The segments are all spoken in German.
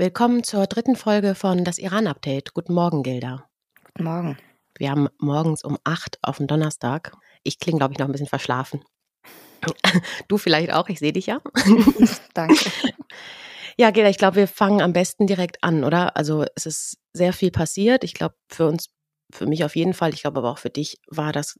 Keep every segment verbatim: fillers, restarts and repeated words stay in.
Willkommen zur dritten Folge von Das Iran-Update. Guten Morgen, Gilda. Guten Morgen. Wir haben morgens um acht auf dem Donnerstag. Ich klinge, glaube ich, noch ein bisschen verschlafen. Du vielleicht auch, ich sehe dich ja. Danke. Ja, Gilda, ich glaube, wir fangen am besten direkt an, oder? Also es ist sehr viel passiert. Ich glaube, für uns, für mich auf jeden Fall, ich glaube aber auch für dich, war das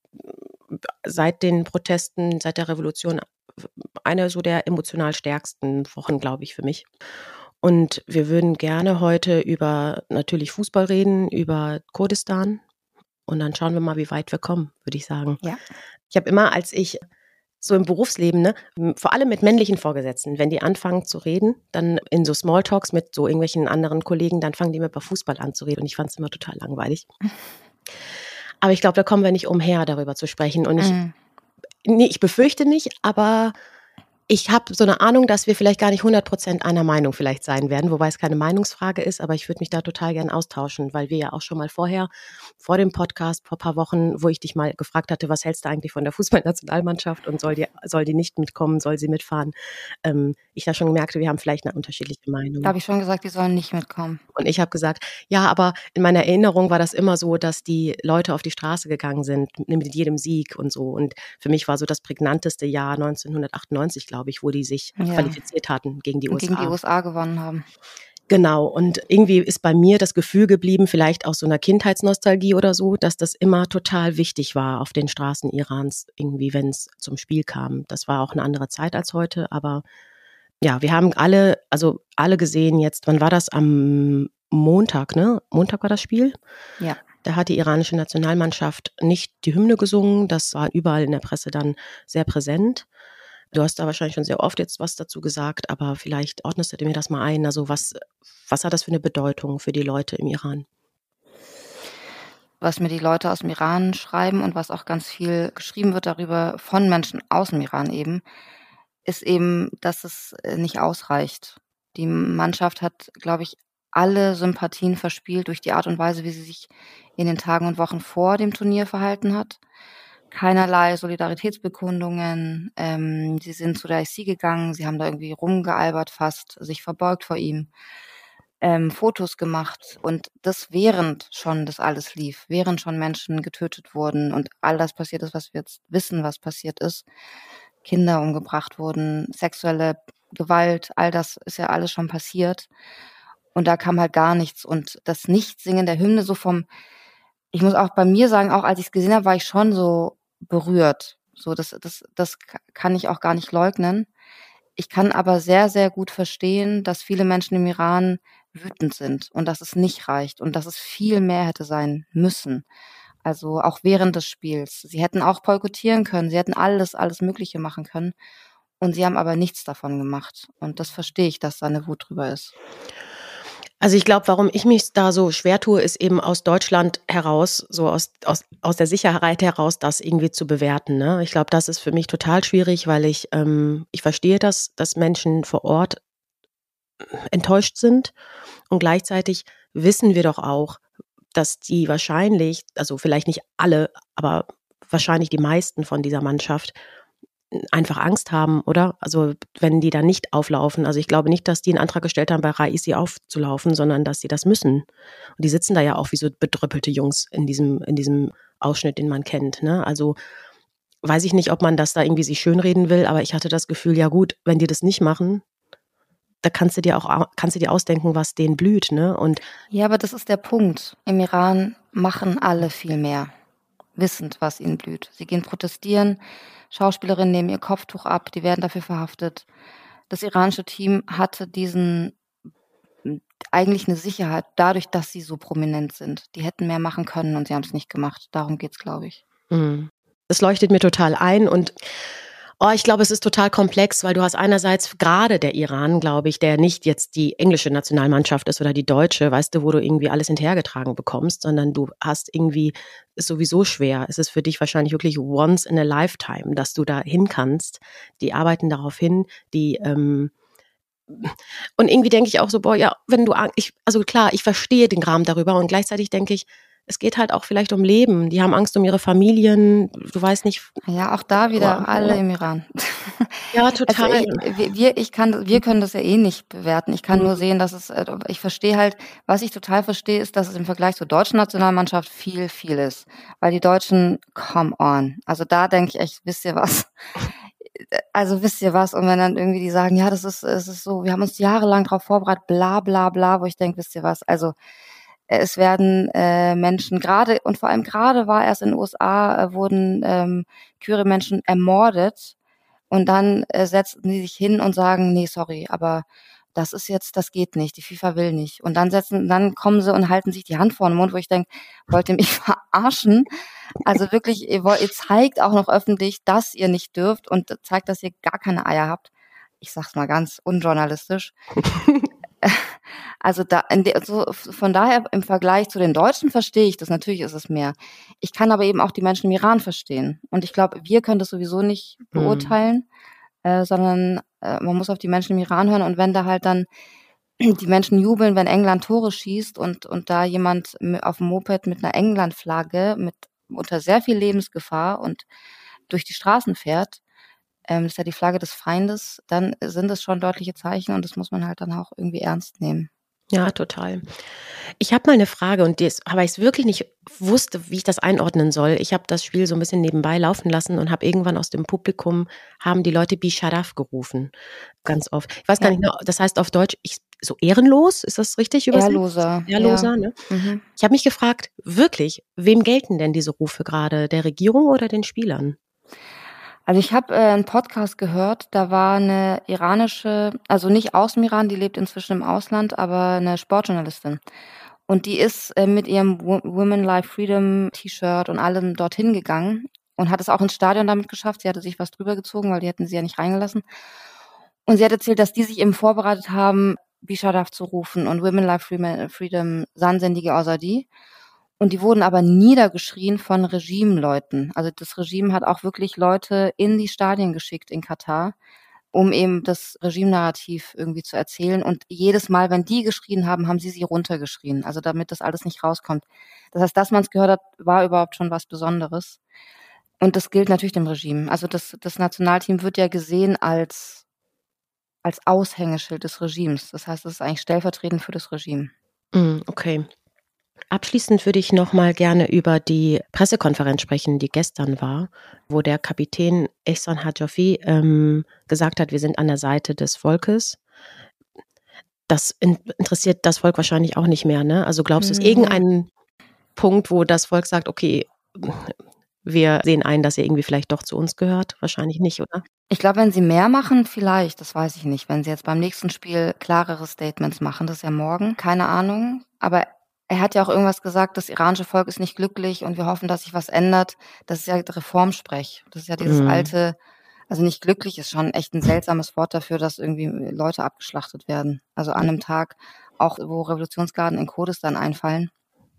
seit den Protesten, seit der Revolution eine so der emotional stärksten Wochen, glaube ich, für mich. Und wir würden gerne heute über natürlich Fußball reden, über Kurdistan. Und dann schauen wir mal, wie weit wir kommen, würde ich sagen. Ja. Ich habe immer, als ich so im Berufsleben, ne, vor allem mit männlichen Vorgesetzten, wenn die anfangen zu reden, dann in so Smalltalks mit so irgendwelchen anderen Kollegen, dann fangen die mit über Fußball an zu reden. Und ich fand es immer total langweilig. Aber ich glaube, da kommen wir nicht umher, darüber zu sprechen. Und ich, Mhm. nee, ich befürchte nicht, aber ich habe so eine Ahnung, dass wir vielleicht gar nicht hundert Prozent einer Meinung vielleicht sein werden, wobei es keine Meinungsfrage ist, aber ich würde mich da total gern austauschen, weil wir ja auch schon mal vorher, vor dem Podcast, vor ein paar Wochen, wo ich dich mal gefragt hatte, was hältst du eigentlich von der Fußballnationalmannschaft und soll die, soll die nicht mitkommen, soll sie mitfahren, ähm, ich da schon merkte, wir haben vielleicht eine unterschiedliche Meinung. Da habe ich schon gesagt, die sollen nicht mitkommen. Und ich habe gesagt, ja, aber in meiner Erinnerung war das immer so, dass die Leute auf die Straße gegangen sind mit jedem Sieg und so. Und für mich war so das prägnanteste Jahr neunzehnhundertachtundneunzig, glaube ich, wo die sich Ja. qualifiziert hatten gegen die Und U S A. gegen die U S A gewonnen haben. Genau, und irgendwie ist bei mir das Gefühl geblieben, vielleicht aus so einer Kindheitsnostalgie oder so, dass das immer total wichtig war auf den Straßen Irans, irgendwie, wenn es zum Spiel kam. Das war auch eine andere Zeit als heute, aber ja, wir haben alle, also alle gesehen jetzt, wann war das? Am Montag, ne? Montag war das Spiel. Ja. Da hat die iranische Nationalmannschaft nicht die Hymne gesungen. Das war überall in der Presse dann sehr präsent. Du hast da wahrscheinlich schon sehr oft jetzt was dazu gesagt, aber vielleicht ordnest du mir das mal ein. Also was, was hat das für eine Bedeutung für die Leute im Iran? Was mir die Leute aus dem Iran schreiben und was auch ganz viel geschrieben wird darüber von Menschen aus dem Iran eben, ist eben, dass es äh, nicht ausreicht. Die Mannschaft hat, glaube ich, alle Sympathien verspielt durch die Art und Weise, wie sie sich in den Tagen und Wochen vor dem Turnier verhalten hat. Keinerlei Solidaritätsbekundungen. Ähm, sie sind zu der I C gegangen, sie haben da irgendwie rumgealbert fast, sich verbeugt vor ihm, ähm, Fotos gemacht. Und das während schon das alles lief, während schon Menschen getötet wurden und all das passiert ist, was wir jetzt wissen, was passiert ist. Kinder umgebracht wurden, sexuelle Gewalt, all das ist ja alles schon passiert. Und da kam halt gar nichts. Und das Nichtsingen der Hymne so vom, ich muss auch bei mir sagen, auch als ich es gesehen habe, war ich schon so berührt. So, das, das, das kann ich auch gar nicht leugnen. Ich kann aber sehr, sehr gut verstehen, dass viele Menschen im Iran wütend sind und dass es nicht reicht und dass es viel mehr hätte sein müssen. Also auch während des Spiels. Sie hätten auch boykottieren können, sie hätten alles, alles Mögliche machen können. Und sie haben aber nichts davon gemacht. Und das verstehe ich, dass da eine Wut drüber ist. Also ich glaube, warum ich mich da so schwer tue, ist eben aus Deutschland heraus, so aus, aus, aus der Sicherheit heraus, das irgendwie zu bewerten. Ne? Ich glaube, das ist für mich total schwierig, weil ich, ähm, ich verstehe das, dass Menschen vor Ort enttäuscht sind. Und gleichzeitig wissen wir doch auch, dass die wahrscheinlich, also vielleicht nicht alle, aber wahrscheinlich die meisten von dieser Mannschaft einfach Angst haben, oder? Also wenn die da nicht auflaufen. Also ich glaube nicht, dass die einen Antrag gestellt haben, bei Raisi aufzulaufen, sondern dass sie das müssen. Und die sitzen da ja auch wie so bedröppelte Jungs in diesem, in diesem Ausschnitt, den man kennt. Ne? Also weiß ich nicht, ob man das da irgendwie sich schönreden will, aber ich hatte das Gefühl, ja gut, wenn die das nicht machen, da kannst du dir auch kannst du dir ausdenken, was denen blüht, ne? Und ja, aber das ist der Punkt. Im Iran machen alle viel mehr, wissend, was ihnen blüht. Sie gehen protestieren, Schauspielerinnen nehmen ihr Kopftuch ab, die werden dafür verhaftet. Das iranische Team hatte diesen eigentlich eine Sicherheit, dadurch, dass sie so prominent sind. Die hätten mehr machen können und sie haben es nicht gemacht. Darum geht's, glaube ich. Das leuchtet mir total ein und oh, ich glaube, es ist total komplex, weil du hast einerseits gerade der Iran, glaube ich, der nicht jetzt die englische Nationalmannschaft ist oder die deutsche, weißt du, wo du irgendwie alles hinterhergetragen bekommst, sondern du hast irgendwie, ist sowieso schwer. Es ist für dich wahrscheinlich wirklich once in a lifetime, dass du da hin kannst. Die arbeiten darauf hin, die, ähm, und irgendwie denke ich auch so, boah, ja, wenn du, ich, also klar, ich verstehe den Kram darüber und gleichzeitig denke ich, es geht halt auch vielleicht um Leben. Die haben Angst um ihre Familien. Du weißt nicht. Ja, auch da wieder alle im Iran. Ja, Also total. ich, wir, ich kann, wir können das ja eh nicht bewerten. Ich kann Mhm. nur sehen, dass es, ich verstehe halt, was ich total verstehe, ist, dass es im Vergleich zur deutschen Nationalmannschaft viel, viel ist. Weil die Deutschen, come on. Also da denke ich echt, wisst ihr was? Also wisst ihr was? Und wenn dann irgendwie die sagen, ja, das ist, es ist so, wir haben uns jahrelang darauf vorbereitet, bla bla bla, wo ich denke, wisst ihr was? Also es werden äh, Menschen gerade, und vor allem gerade war erst in den U S A, äh, wurden ähm, queere Menschen ermordet und dann äh, setzen die sich hin und sagen, nee, sorry, aber das ist jetzt, das geht nicht, die FIFA will nicht. Und dann setzen, dann kommen sie und halten sich die Hand vor den Mund, wo ich denke, wollt ihr mich verarschen? Also wirklich, ihr, wollt, ihr zeigt auch noch öffentlich, dass ihr nicht dürft und zeigt, dass ihr gar keine Eier habt. Ich sag's mal ganz unjournalistisch. Also da, in de, so, von daher im Vergleich zu den Deutschen verstehe ich das. Natürlich ist es mehr. Ich kann aber eben auch die Menschen im Iran verstehen. Und ich glaube, wir können das sowieso nicht beurteilen, mhm. äh, sondern äh, man muss auf die Menschen im Iran hören. Und wenn da halt dann die Menschen jubeln, wenn England Tore schießt und, und da jemand auf dem Moped mit einer England-Flagge mit unter sehr viel Lebensgefahr und durch die Straßen fährt, ähm, das ist ja die Flagge des Feindes, dann sind es schon deutliche Zeichen und das muss man halt dann auch irgendwie ernst nehmen. Ja, total. Ich habe mal eine Frage und das, aber ich es wirklich nicht wusste, wie ich das einordnen soll. Ich habe das Spiel so ein bisschen nebenbei laufen lassen und habe irgendwann aus dem Publikum haben die Leute Bisharaf gerufen, ganz oft. Ich weiß gar Ja. nicht, das heißt auf Deutsch ich, so ehrenlos, ist das richtig übersetzt? Ehrloser. Ehrloser, Ja. ne? Mhm. Ich habe mich gefragt, wirklich, wem gelten denn diese Rufe gerade? Der Regierung oder den Spielern? Also ich habe äh, einen Podcast gehört, da war eine iranische, also nicht aus dem Iran, die lebt inzwischen im Ausland, aber eine Sportjournalistin. Und die ist äh, mit ihrem Wo- Women Life Freedom T-Shirt und allem dorthin gegangen und hat es auch ins Stadion damit geschafft. Sie hatte sich was drüber gezogen, weil die hätten sie ja nicht reingelassen. Und sie hat erzählt, dass die sich eben vorbereitet haben, Bisharaf zu rufen und Women Life Freedom Sansendige Azadi. Und die wurden aber niedergeschrien von Regimeleuten. Also das Regime hat auch wirklich Leute in die Stadien geschickt in Katar, um eben das Regime-Narrativ irgendwie zu erzählen. Und jedes Mal, wenn die geschrien haben, haben sie sie runtergeschrien. Also damit das alles nicht rauskommt. Das heißt, dass man es gehört hat, war überhaupt schon was Besonderes. Und das gilt natürlich dem Regime. Also das, das Nationalteam wird ja gesehen als, als Aushängeschild des Regimes. Das heißt, es ist eigentlich stellvertretend für das Regime. Mm, okay. Abschließend würde ich noch mal gerne über die Pressekonferenz sprechen, die gestern war, wo der Kapitän Ehsan Hajafi ähm, gesagt hat, wir sind an der Seite des Volkes. Das in, interessiert das Volk wahrscheinlich auch nicht mehr, ne? Also glaubst du, es ist irgendein Punkt, wo das Volk sagt, okay, wir sehen ein, dass ihr irgendwie vielleicht doch zu uns gehört? Wahrscheinlich nicht, oder? Ich glaube, wenn sie mehr machen, vielleicht, das weiß ich nicht. Wenn sie jetzt beim nächsten Spiel klarere Statements machen, das ist ja morgen, keine Ahnung. Aber er hat ja auch irgendwas gesagt, das iranische Volk ist nicht glücklich und wir hoffen, dass sich was ändert. Das ist ja Reformsprech. Das ist ja dieses Mhm. alte, also nicht glücklich ist schon echt ein seltsames Wort dafür, dass irgendwie Leute abgeschlachtet werden. Also an einem Tag, auch wo Revolutionsgarden in Kurdistan einfallen.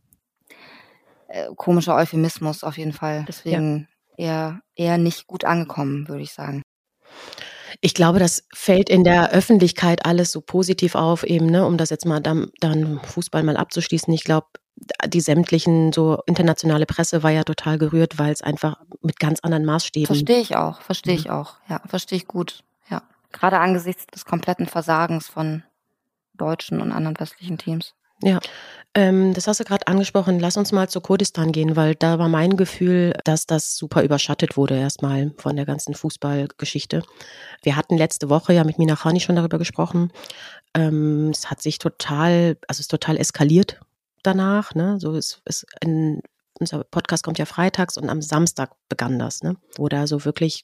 Äh, komischer Euphemismus auf jeden Fall. Deswegen ja. eher, eher nicht gut angekommen, würde ich sagen. Ich glaube, das fällt in der Öffentlichkeit alles so positiv auf, eben, ne, um das jetzt mal dann, dann Fußball mal abzuschließen. Ich glaube, die sämtlichen, so internationale Presse war ja total gerührt, weil es einfach mit ganz anderen Maßstäben. Verstehe ich auch, verstehe ich auch, ja, verstehe ich gut, ja. Gerade angesichts des kompletten Versagens von deutschen und anderen westlichen Teams. Ja, ähm, das hast du gerade angesprochen. Lass uns mal zu Kurdistan gehen, weil da war mein Gefühl, dass das super überschattet wurde erstmal von der ganzen Fußballgeschichte. Wir hatten letzte Woche ja mit Mina Khani schon darüber gesprochen. Ähm, es hat sich total, also es ist total eskaliert danach. Ne? So ist, ist ein, unser Podcast kommt ja freitags und am Samstag begann das, ne? Wo da so wirklich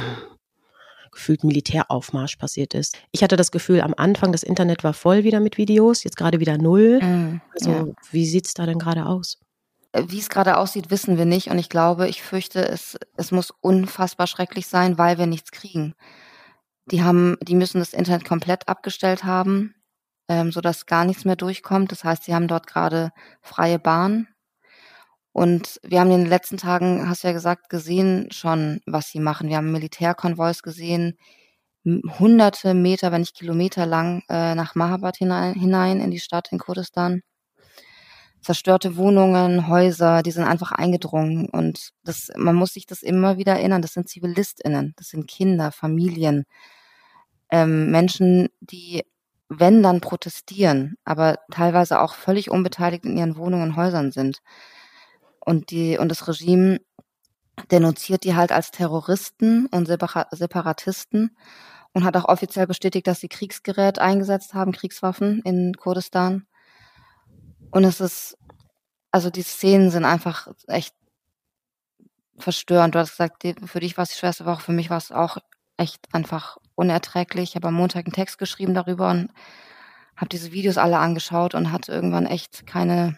gefühlt Militäraufmarsch passiert ist. Ich hatte das Gefühl, am Anfang das Internet war voll wieder mit Videos, jetzt gerade wieder null. Mm, also ja. wie sieht's da denn gerade aus? Wie es gerade aussieht, wissen wir nicht. Und ich glaube, ich fürchte, es, es muss unfassbar schrecklich sein, weil wir nichts kriegen. Die haben, die müssen das Internet komplett abgestellt haben, ähm, sodass gar nichts mehr durchkommt. Das heißt, sie haben dort gerade freie Bahn. Und wir haben in den letzten Tagen, hast du ja gesagt, gesehen schon, was sie machen. Wir haben Militärkonvois gesehen, hunderte Meter, wenn nicht Kilometer lang, äh, nach Mahabad hinein, hinein in die Stadt in Kurdistan. zerstörte Wohnungen, Häuser, die sind einfach eingedrungen. Und das, man muss sich das immer wieder erinnern, das sind ZivilistInnen, das sind Kinder, Familien, ähm, Menschen, die, wenn dann protestieren, aber teilweise auch völlig unbeteiligt in ihren Wohnungen und Häusern sind. Und die, und das Regime denunziert die halt als Terroristen und Separa- Separatisten und hat auch offiziell bestätigt, dass sie Kriegsgerät eingesetzt haben, Kriegswaffen in Kurdistan. Und es ist, also die Szenen sind einfach echt verstörend. Du hast gesagt, die, für dich war es die schwerste Woche, für mich war es auch echt einfach unerträglich. Ich habe am Montag einen Text geschrieben darüber und habe diese Videos alle angeschaut und hatte irgendwann echt keine,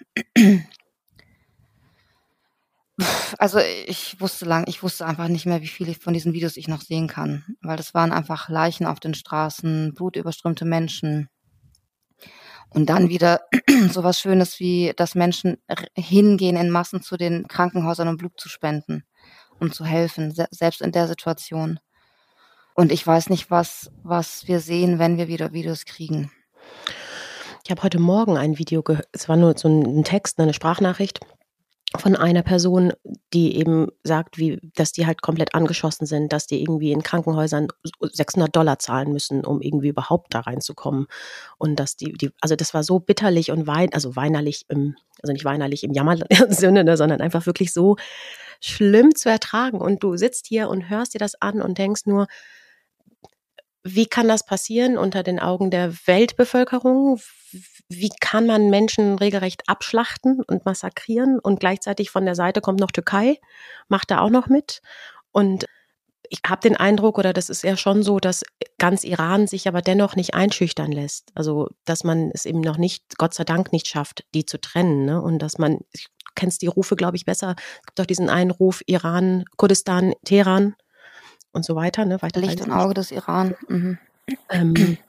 also ich wusste lang, ich wusste einfach nicht mehr, wie viele von diesen Videos ich noch sehen kann, weil das waren einfach Leichen auf den Straßen, blutüberströmte Menschen. Und dann wieder sowas Schönes wie, dass Menschen r- hingehen in Massen zu den Krankenhäusern, um Blut zu spenden, um zu helfen, se selbst in der Situation. Und ich weiß nicht, was, was wir sehen, wenn wir wieder Videos kriegen. Ich habe heute Morgen ein Video gehört, es war nur so ein Text, eine Sprachnachricht von einer Person, die eben sagt, wie, dass die halt komplett angeschossen sind, dass die irgendwie in Krankenhäusern sechshundert Dollar zahlen müssen, um irgendwie überhaupt da reinzukommen. Und dass die, die also das war so bitterlich und wein, also weinerlich im, also nicht weinerlich im Jammersinne, ne, sondern einfach wirklich so schlimm zu ertragen. Und du sitzt hier und hörst dir das an und denkst nur, wie kann das passieren unter den Augen der Weltbevölkerung? Wie kann man Menschen regelrecht abschlachten und massakrieren? Und gleichzeitig von der Seite kommt noch Türkei, macht da auch noch mit. Und ich habe den Eindruck, oder das ist ja schon so, dass ganz Iran sich aber dennoch nicht einschüchtern lässt. Also, dass man es eben noch nicht, Gott sei Dank, nicht schafft, die zu trennen. Ne? Und dass man, du kennst die Rufe, glaube ich, besser. Es gibt doch diesen einen Ruf, Iran, Kurdistan, Teheran und so weiter. Ne? Weiter weiß Licht ich und nicht. Auge des Iran. Mhm. Ähm,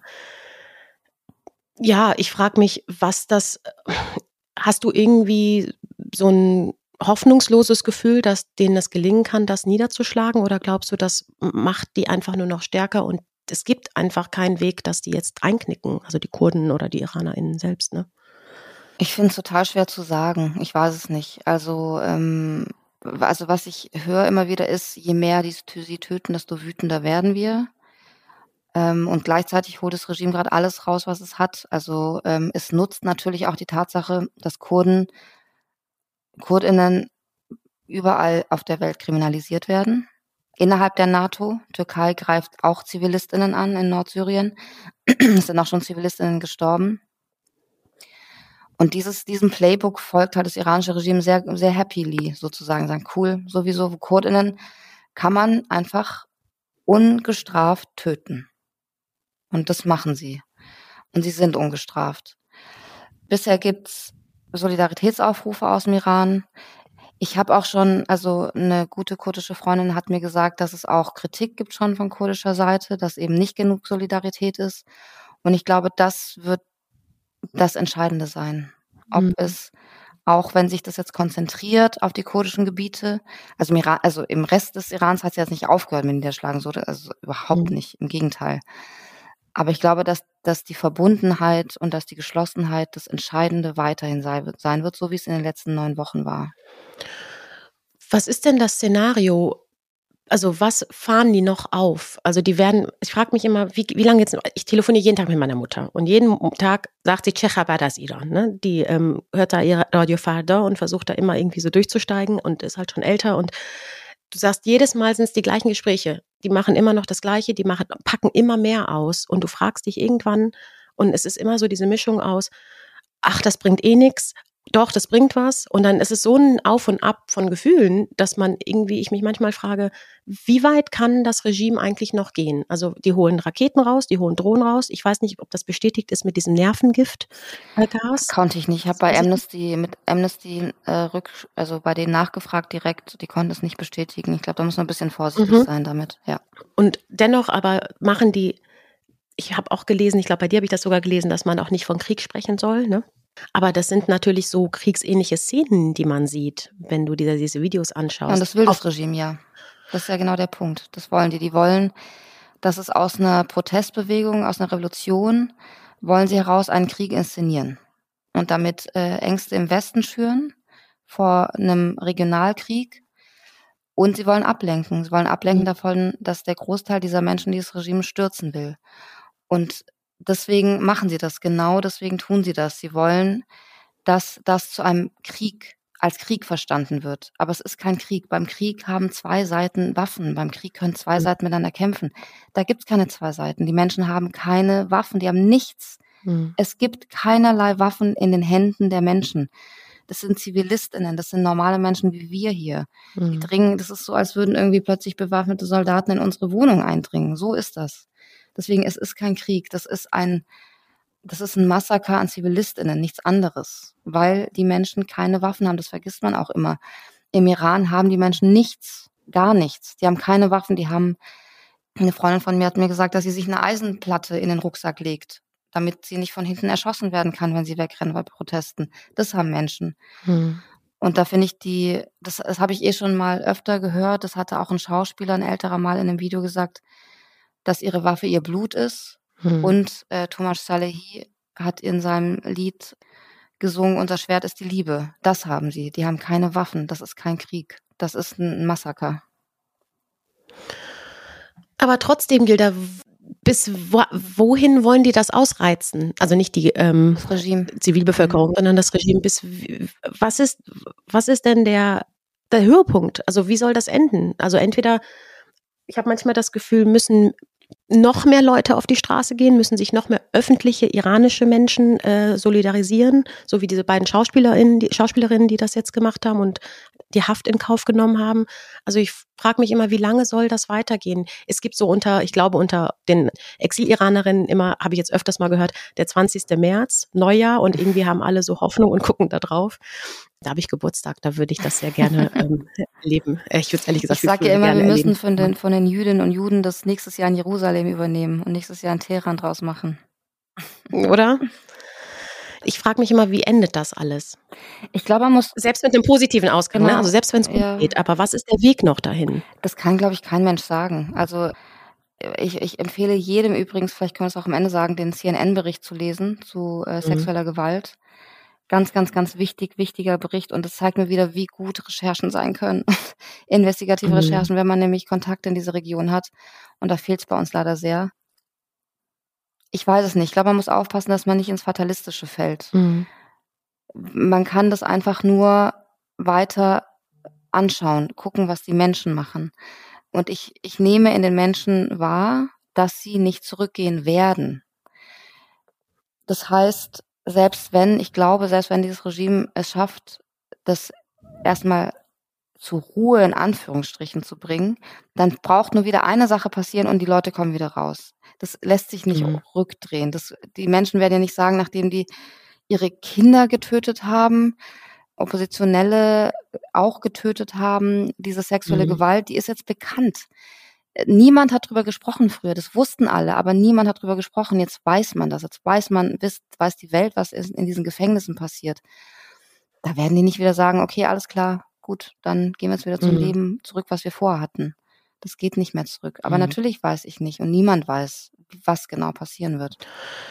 ja, ich frage mich, was das, hast du irgendwie so ein hoffnungsloses Gefühl, dass denen das gelingen kann, das niederzuschlagen? Oder glaubst du, das macht die einfach nur noch stärker und es gibt einfach keinen Weg, dass die jetzt reinknicken, also die Kurden oder die IranerInnen selbst, ne? Ich finde es total schwer zu sagen. Ich weiß es nicht. Also, ähm, also was ich höre immer wieder ist, je mehr die s- sie töten, desto wütender werden wir. Ähm, und gleichzeitig holt das Regime gerade alles raus, was es hat. Also ähm, es nutzt natürlich auch die Tatsache, dass Kurden, Kurdinnen überall auf der Welt kriminalisiert werden. Innerhalb der NATO, Türkei greift auch Zivilistinnen an in Nordsyrien. Es sind auch schon Zivilistinnen gestorben. Und dieses, diesem Playbook folgt halt das iranische Regime sehr, sehr happily sozusagen. Sagen, cool, sowieso Kurdinnen kann man einfach ungestraft töten. Und das machen sie. Und sie sind ungestraft. Bisher gibt's Solidaritätsaufrufe aus dem Iran. Ich habe auch schon, also eine gute kurdische Freundin hat mir gesagt, dass es auch Kritik gibt schon von kurdischer Seite, dass eben nicht genug Solidarität ist. Und ich glaube, das wird das Entscheidende sein. Ob Mhm. es, auch wenn sich das jetzt konzentriert auf die kurdischen Gebiete, also im Iran, also im Rest des Irans hat es jetzt nicht aufgehört mit Niederschlagen, so, also überhaupt Mhm. nicht, im Gegenteil. Aber ich glaube, dass, dass die Verbundenheit und dass die Geschlossenheit das Entscheidende weiterhin sei, sein wird, so wie es in den letzten neun Wochen war. Was ist denn das Szenario? Also, was fahren die noch auf? Also, die werden, ich frage mich immer, wie wie lange jetzt, ich telefoniere jeden Tag mit meiner Mutter und jeden Tag sagt sie: „Çe haber az Iran", ne? Die, ähm, hört da ihr Radio Farda und versucht da immer irgendwie so durchzusteigen und ist halt schon älter und du sagst, jedes Mal sind es die gleichen Gespräche. Die machen immer noch das Gleiche, die machen packen immer mehr aus und du fragst dich irgendwann und es ist immer so diese Mischung aus: „Ach, das bringt eh nix. Doch, das bringt was." Und dann ist es so ein Auf und Ab von Gefühlen, dass man irgendwie, ich mich manchmal frage, wie weit kann das Regime eigentlich noch gehen? Also, die holen Raketen raus, die holen Drohnen raus. Ich weiß nicht, ob das bestätigt ist mit diesem Nervengift, äh, Gas. Konnte ich nicht. Ich habe Das bei weiß ich nicht. Amnesty mit Amnesty äh, rück, also bei denen nachgefragt direkt, die konnten es nicht bestätigen. Ich glaube, da muss man ein bisschen vorsichtig Mhm. sein damit, ja. Und dennoch aber machen die, ich habe auch gelesen, ich glaube, bei dir habe ich das sogar gelesen, dass man auch nicht von Krieg sprechen soll, ne? Aber das sind natürlich so kriegsähnliche Szenen, die man sieht, wenn du dir diese Videos Ja, und anschaust. das will Auf das Regime ja. Das ist ja genau der Punkt. Das wollen die. Die wollen, dass es aus einer Protestbewegung, aus einer Revolution, wollen sie heraus einen Krieg inszenieren. und damit äh, Ängste im Westen schüren vor einem Regionalkrieg. Und sie wollen ablenken. Sie wollen ablenken Mhm. davon, dass der Großteil dieser Menschen dieses Regime stürzen will. Und deswegen machen sie das, genau deswegen tun sie das. Sie wollen, dass das zu einem Krieg, als Krieg verstanden wird. Aber es ist kein Krieg. Beim Krieg haben zwei Seiten Waffen. Beim Krieg können zwei Mhm. Seiten miteinander kämpfen. Da gibt es keine zwei Seiten. Die Menschen haben keine Waffen, die haben nichts. Mhm. Es gibt keinerlei Waffen in den Händen der Menschen. Das sind ZivilistInnen, das sind normale Menschen wie wir hier. Die Mhm. dringen, das ist so, als würden irgendwie plötzlich bewaffnete Soldaten in unsere Wohnung eindringen. So ist das. Deswegen, es ist kein Krieg, das ist ein, das ist ein Massaker an ZivilistInnen, nichts anderes. Weil die Menschen keine Waffen haben, das vergisst man auch immer. Im Iran haben die Menschen nichts, gar nichts. Die haben keine Waffen, die haben, eine Freundin von mir hat mir gesagt, dass sie sich eine Eisenplatte in den Rucksack legt, damit sie nicht von hinten erschossen werden kann, wenn sie wegrennen bei Protesten. Das haben Menschen. Mhm. Und da finde ich die, das, das habe ich eh schon mal öfter gehört, das hatte auch ein Schauspieler, ein älterer mal in einem Video gesagt, dass ihre Waffe ihr Blut ist. Mhm. Und äh, Thomas Salehi hat in seinem Lied gesungen, unser Schwert ist die Liebe. Das haben sie. Die haben keine Waffen. Das ist kein Krieg. Das ist ein Massaker. Aber trotzdem, Gilda, bis wo, wohin wollen die das ausreizen? Also nicht die ähm, Das Regime. Zivilbevölkerung, sondern das Regime. Bis was ist, was ist denn der, der Höhepunkt? Also wie soll das enden? Also entweder, ich habe manchmal das Gefühl, müssen noch mehr Leute auf die Straße gehen, müssen sich noch mehr öffentliche iranische Menschen äh, solidarisieren, so wie diese beiden Schauspielerinnen, die Schauspielerinnen, die das jetzt gemacht haben und die Haft in Kauf genommen haben. Also ich frage mich immer, wie lange soll das weitergehen? Es gibt so unter, ich glaube unter den Exil-Iranerinnen immer, habe ich jetzt öfters mal gehört, der zwanzigster März, Neujahr, und irgendwie haben alle so Hoffnung und gucken da drauf. Da habe ich Geburtstag, da würde ich das sehr gerne ähm, erleben. Ich würde es ehrlich gesagt Ich sage ja gerne immer, wir müssen erleben. von den, von den Jüdinnen und Juden das nächstes Jahr in Jerusalem übernehmen und nächstes Jahr in Teheran draus machen. Oder? Ich frage mich immer, wie endet das alles? Ich glaube, man muss, Selbst mit dem positiven Ausgang, Genau, ne? Also selbst wenn es gut ja. geht, aber was ist der Weg noch dahin? das kann, glaube ich, kein Mensch sagen. Also ich, ich empfehle jedem übrigens, vielleicht können wir es auch am Ende sagen, den C N N-Bericht zu lesen zu äh, Mhm. sexueller Gewalt. Ganz, ganz, ganz wichtig, wichtiger Bericht. Und das zeigt mir wieder, wie gut Recherchen sein können. Investigative Mhm. Recherchen, wenn man nämlich Kontakte in diese Region hat. Und da fehlt es bei uns leider sehr. Ich weiß es nicht. Ich glaube, man muss aufpassen, dass man nicht ins Fatalistische fällt. Mhm. Man kann das einfach nur weiter anschauen, gucken, was die Menschen machen. Und ich, ich nehme in den Menschen wahr, dass sie nicht zurückgehen werden. Das heißt, selbst wenn, ich glaube, selbst wenn dieses Regime es schafft, das erstmal zur Ruhe in Anführungsstrichen zu bringen, dann braucht nur wieder eine Sache passieren und die Leute kommen wieder raus. Das lässt sich nicht Mhm. rückdrehen. Das, die Menschen werden ja nicht sagen, nachdem die ihre Kinder getötet haben, Oppositionelle auch getötet haben, diese sexuelle Mhm. Gewalt, die ist jetzt bekannt. Niemand hat drüber gesprochen früher, das wussten alle, aber niemand hat drüber gesprochen. Jetzt weiß man das, jetzt weiß man, weiß, weiß die Welt, was in diesen Gefängnissen passiert. Da werden die nicht wieder sagen, okay, alles klar, gut, dann gehen wir jetzt wieder zum Mhm. Leben zurück, was wir vorher hatten. Das geht nicht mehr zurück. Aber Mhm. natürlich weiß ich nicht und niemand weiß, was genau passieren wird.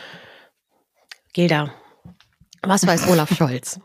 Gilda, was weiß Olaf Scholz?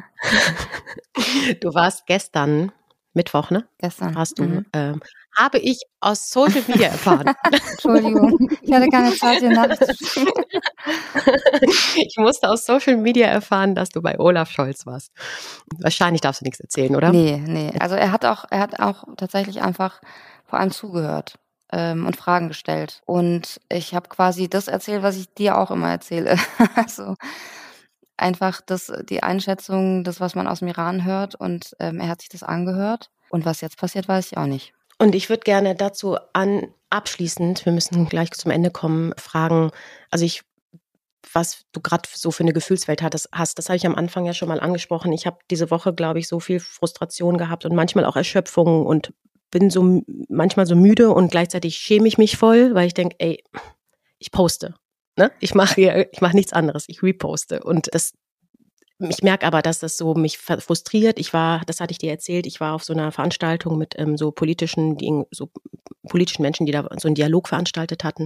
Du warst gestern, Mittwoch, ne? Gestern. Warst du, Mhm. ähm, habe ich aus Social Media erfahren. Entschuldigung, ich hatte keine Zeit, dir Nachricht zu schicken. Ich musste aus Social Media erfahren, dass du bei Olaf Scholz warst. Wahrscheinlich darfst du nichts erzählen, oder? Nee, nee. Also er hat auch, er hat auch tatsächlich einfach vor allem zugehört ähm, und Fragen gestellt. Und ich habe quasi das erzählt, was ich dir auch immer erzähle. Also einfach das, die Einschätzung, das, was man aus dem Iran hört. Und ähm, er hat sich das angehört. Und was jetzt passiert, weiß ich auch nicht. Und ich würde gerne dazu an abschließend, wir müssen gleich zum Ende kommen, fragen, also ich, was du gerade so für eine Gefühlswelt hattest, hast, das habe ich am Anfang ja schon mal angesprochen. Ich habe diese Woche, glaube ich, so viel Frustration gehabt und manchmal auch Erschöpfung und bin so manchmal so müde und gleichzeitig schäme ich mich voll, weil ich denke, ey, ich poste. Ne? Ich mache hier, ich mache nichts anderes, ich reposte. Und das, ich merke aber, dass das so mich frustriert. Ich war, das hatte ich dir erzählt, ich war auf so einer Veranstaltung mit ähm, so politischen, die, so politischen Menschen, die da so einen Dialog veranstaltet hatten.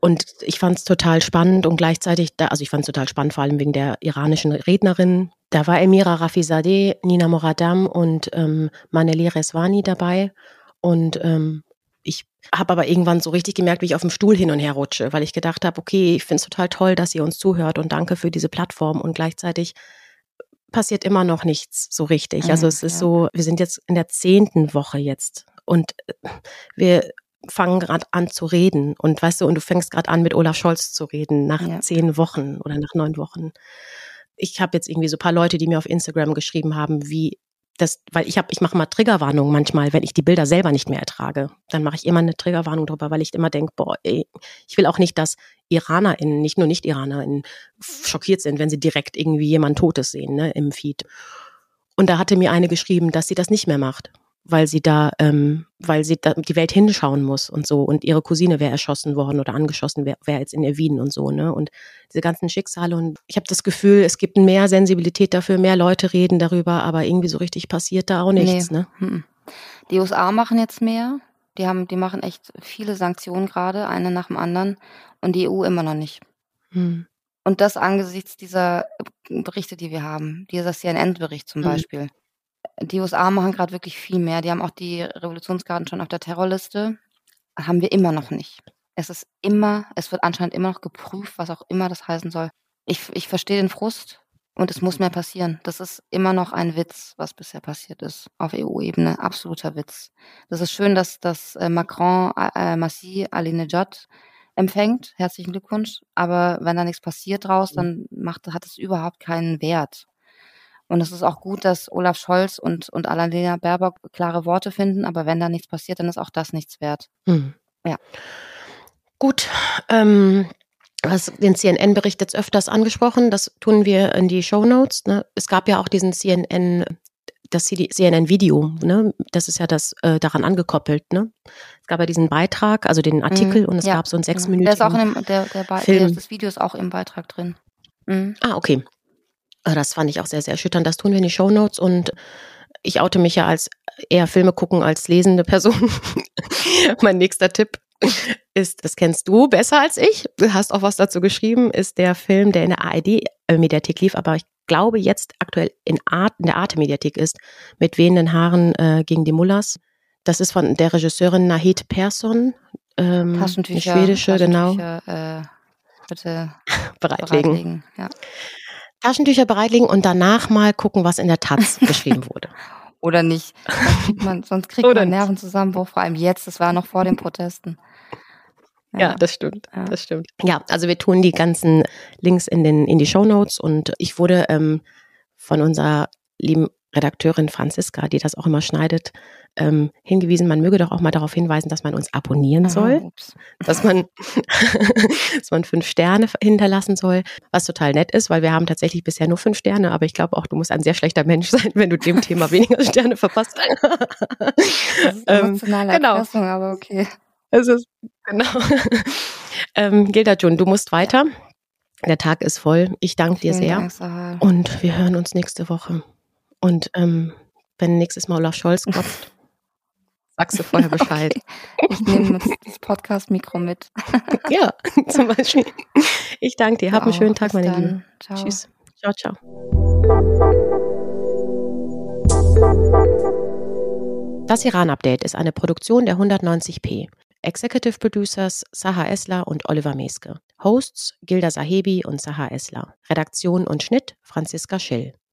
Und ich fand es total spannend und gleichzeitig, da, also ich fand es total spannend, vor allem wegen der iranischen Rednerin. Da war Emira Rafizadeh, Nina Moradam und ähm, Maneli Resvani dabei. Und ähm, ich habe aber irgendwann so richtig gemerkt, wie ich auf dem Stuhl hin und her rutsche, weil ich gedacht habe, okay, ich finde es total toll, dass ihr uns zuhört und danke für diese Plattform. Und gleichzeitig passiert immer noch nichts so richtig. Also es ist ja. so, wir sind jetzt in der zehnten Woche jetzt und wir fangen gerade an zu reden. Und weißt du, und du fängst gerade an, mit Olaf Scholz zu reden, nach Ja. zehn Wochen oder nach neun Wochen. Ich habe jetzt irgendwie so ein paar Leute, die mir auf Instagram geschrieben haben, wie das, weil ich habe, ich mache mal Triggerwarnungen manchmal, wenn ich die Bilder selber nicht mehr ertrage. Dann mache ich immer eine Triggerwarnung drüber, weil ich immer denke, boah, ey, ich will auch nicht, dass IranerInnen, nicht nur Nicht-IranerInnen, schockiert sind, wenn sie direkt irgendwie jemand Totes sehen, ne, im Feed. Und da hatte mir eine geschrieben, dass sie das nicht mehr macht, weil sie da, ähm, weil sie da die Welt hinschauen muss und so. Und ihre Cousine wäre erschossen worden oder angeschossen, wäre wär jetzt in ihr Wien und so, ne? Und diese ganzen Schicksale. Und ich habe das Gefühl, es gibt mehr Sensibilität dafür, mehr Leute reden darüber, aber irgendwie so richtig passiert da auch nichts, Nee. ne? Die U S A machen jetzt mehr. Die haben, die machen echt viele Sanktionen gerade, eine nach dem anderen. Und die E U immer noch nicht. Hm. Und das angesichts dieser Berichte, die wir haben. Dieser C N N-Bericht zum Hm. Beispiel. Die U S A machen gerade wirklich viel mehr. Die haben auch die Revolutionsgarden schon auf der Terrorliste. Haben wir immer noch nicht. Es ist immer, es wird anscheinend immer noch geprüft, was auch immer das heißen soll. Ich, ich verstehe den Frust und es muss mehr passieren. Das ist immer noch ein Witz, was bisher passiert ist auf E U-Ebene. Absoluter Witz. Das ist schön, dass, dass Macron äh, Masih Alinejad empfängt. Herzlichen Glückwunsch. Aber wenn da nichts passiert draus, dann macht, hat es überhaupt keinen Wert. Und es ist auch gut, dass Olaf Scholz und, und Annalena Baerbock klare Worte finden, aber wenn da nichts passiert, dann ist auch das nichts wert. Hm. Ja. Gut, ähm, du hast den C N N-Bericht jetzt öfters angesprochen, das tun wir in die Shownotes, ne? Es gab ja auch diesen C N N, das C N N-Video, ne? Das ist ja das äh, daran angekoppelt, ne? Es gab ja diesen Beitrag, also den Artikel Mhm. und es Ja, gab so einen genau. sechsminütigen Der ist auch in dem, der, der, Be- Film. der, das Video ist auch im Beitrag drin. Mhm. Ah, okay. Das fand ich auch sehr, sehr erschütternd. Das tun wir in die Shownotes und ich oute mich ja als eher Filme gucken als lesende Person. Mein nächster Tipp ist, das kennst du besser als ich, du hast auch was dazu geschrieben, ist der Film, der in der A R D-Mediathek lief, aber ich glaube jetzt aktuell in, Art, in der Arte-Mediathek ist, mit wehenden Haaren äh, gegen die Mullahs. Das ist von der Regisseurin Nahid Persson, ähm, Taschentücher, eine schwedische, genau. Taschentücher, äh, bitte bereitlegen. bereitlegen. Ja. Taschentücher bereitlegen und danach mal gucken, was in der Taz geschrieben wurde. Oder nicht. Sonst kriegt man, sonst kriegt Oder man nicht. Nervenzusammenbruch, vor allem jetzt, das war noch vor den Protesten. Ja, das stimmt, Ja. das stimmt. Ja, also wir tun die ganzen Links in den in die Shownotes und ich wurde ähm, von unserer lieben Redakteurin Franziska, die das auch immer schneidet, ähm, hingewiesen, man möge doch auch mal darauf hinweisen, dass man uns abonnieren Aha, soll, ups. dass man, dass man fünf Sterne hinterlassen soll, was total nett ist, weil wir haben tatsächlich bisher nur fünf Sterne, aber ich glaube auch, du musst ein sehr schlechter Mensch sein, wenn du dem Thema weniger Sterne verpasst. Das ist emotionale Ähm, genau. Erpressung, aber okay. Es ist, genau. ähm, Gilda Jun, du musst weiter. Der Tag ist voll. Ich danke dir Vielen sehr. Dank, Sahar. Und wir hören uns nächste Woche. Und ähm, wenn nächstes Mal Olaf Scholz klopft, sagst du vorher Bescheid. Okay. Ich nehme das, das Podcast-Mikro mit. Ja, zum Beispiel. Ich danke dir. Hab einen Auch. schönen Tag, Bis meine dann. Liebe. Ciao. Tschüss. Ciao, ciao. Das Iran-Update ist eine Produktion der hundertneunzig p. Executive Producers Sahar Esler und Oliver Meske. Hosts Gilda Sahebi und Sahar Esler. Redaktion und Schnitt Franziska Schill.